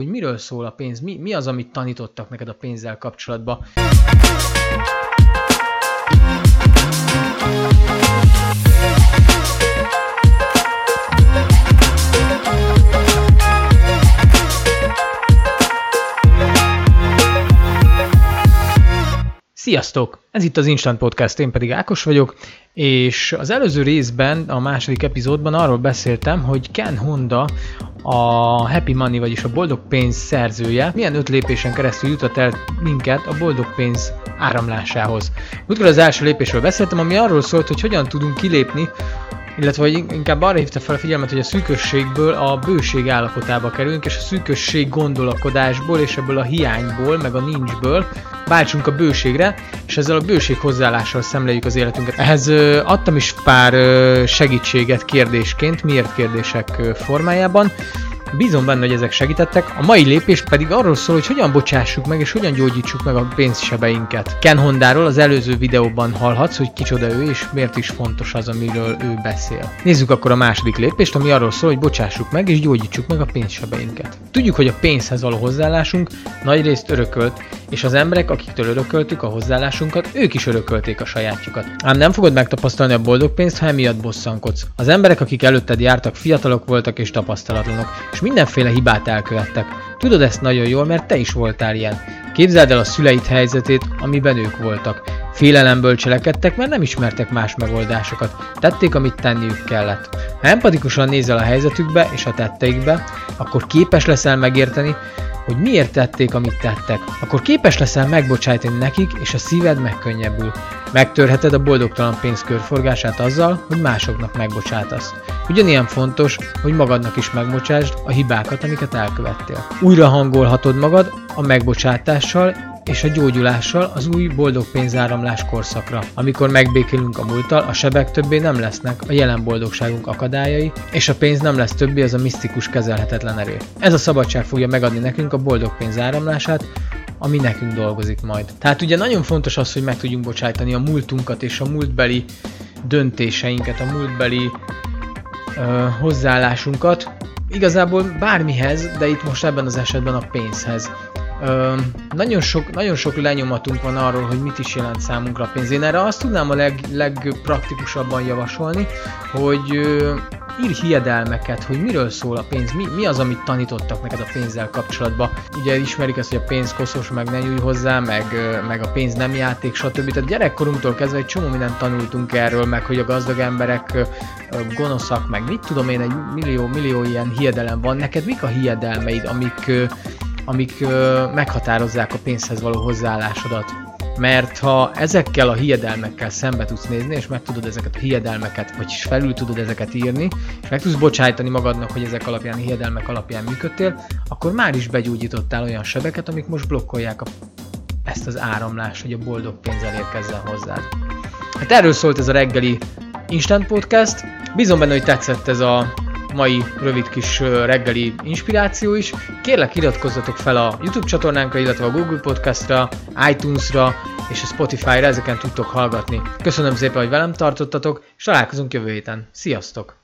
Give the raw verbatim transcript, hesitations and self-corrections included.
Hogy miről szól a pénz, mi, mi az, amit tanítottak neked a pénzzel kapcsolatban. Sziasztok! Ez itt az Instant Podcast, én pedig Ákos vagyok, és az előző részben, a második epizódban arról beszéltem, hogy Ken Honda, a Happy Money, vagyis a boldog pénz szerzője, milyen öt lépésen keresztül jutott el minket a boldog pénz áramlásához. Múltkor az első lépésről beszéltem, ami arról szólt, hogy hogyan tudunk kilépni, illetve hogy inkább arra hívta fel a figyelmet, hogy a szűkösségből a bőség állapotába kerülünk, és a szűkösség gondolakodásból, és ebből a hiányból, meg a nincsből váltsunk a bőségre, és ezzel a bőség hozzáállással szemléljük az életünket. Ehhez ö, adtam is pár ö, segítséget kérdésként, miért kérdések ö, formájában. Bízom benne, hogy ezek segítettek. A mai lépés pedig arról szól, hogy hogyan bocsássuk meg és hogyan gyógyítsuk meg a pénzsebeinket. Ken Hondáról az előző videóban hallhatsz, hogy kicsoda ő és miért is fontos az, amiről ő beszél. Nézzük akkor a második lépést, ami arról szól, hogy bocsássuk meg és gyógyítsuk meg a pénzsebeinket. Tudjuk, hogy a pénzhez való hozzáállásunk nagyrészt örökölt, és az emberek, akiktől örököltük a hozzáállásunkat, ők is örökölték a sajátjukat. Ám nem fogod megtapasztalni a boldog pénzt, ha emiatt bosszankodsz. Az emberek, akik előtted jártak, fiatalok voltak és tapasztalatlanok, és mindenféle hibát elkövettek. Tudod ezt nagyon jól, mert te is voltál ilyen. Képzeld el a szüleid helyzetét, amiben ők voltak. Félelemből cselekedtek, mert nem ismertek más megoldásokat. Tették, amit tenniük kellett. Ha empatikusan nézel a helyzetükbe és a tetteikbe, akkor képes leszel megérteni, hogy miért tették, amit tettek. Akkor képes leszel megbocsájtani nekik, és a szíved megkönnyebbül. Megtörheted a boldogtalan pénz körforgását azzal, hogy másoknak megbocsátasz. Ugyanilyen fontos, hogy magadnak is megbocsásd a hibákat, amiket elkövettél. Újra hangolhatod magad a megbocsátással és a gyógyulással az új boldog pénzáramlás korszakra. Amikor megbékélünk a múlttal, a sebek többé nem lesznek a jelen boldogságunk akadályai, és a pénz nem lesz többé az a misztikus, kezelhetetlen erő. Ez a szabadság fogja megadni nekünk a boldog pénz áramlását, ami nekünk dolgozik majd. Tehát ugye nagyon fontos az, hogy meg tudjunk bocsájtani a múltunkat és a múltbeli döntéseinket, a múltbeli ö, hozzáállásunkat, igazából bármihez, de itt most ebben az esetben a pénzhez. Ö, nagyon, sok, nagyon sok lenyomatunk van arról, hogy mit is jelent számunkra a pénz. Én erre azt tudnám a leg, legpraktikusabban javasolni, hogy ö, írj hiedelmeket, hogy miről szól a pénz, mi, mi az, amit tanítottak neked a pénzzel kapcsolatban. Ugye ismerik ezt, hogy a pénz koszos, meg ne nyújj hozzá, meg, meg a pénz nem játék, stb. Tehát gyerekkorunktól kezdve egy csomó mindent tanultunk erről, meg hogy a gazdag emberek gonoszak, meg mit tudom én, egy millió, millió ilyen hiedelem van. Neked mik a hiedelmeid, amik, amik meghatározzák a pénzhez való hozzáállásodat? Mert ha ezekkel a hiedelmekkel szembe tudsz nézni, és meg tudod ezeket a hiedelmeket, vagyis felül tudod ezeket írni, és meg tudsz bocsájtani magadnak, hogy ezek alapján, a hiedelmek alapján működtél, akkor már is begyógyítottál olyan sebeket, amik most blokkolják a, ezt az áramlást, hogy a boldog pénz elérkezzen hozzád. Hát erről szólt ez a reggeli Instant Podcast. Bízom benne, hogy tetszett ez a mai rövid kis reggeli inspiráció is. Kérlek, iratkozzatok fel a YouTube csatornánkra, illetve a Google Podcastra, iTunes-ra és a Spotify-ra, ezeken tudtok hallgatni. Köszönöm szépen, hogy velem tartottatok, és találkozunk jövő héten. Sziasztok!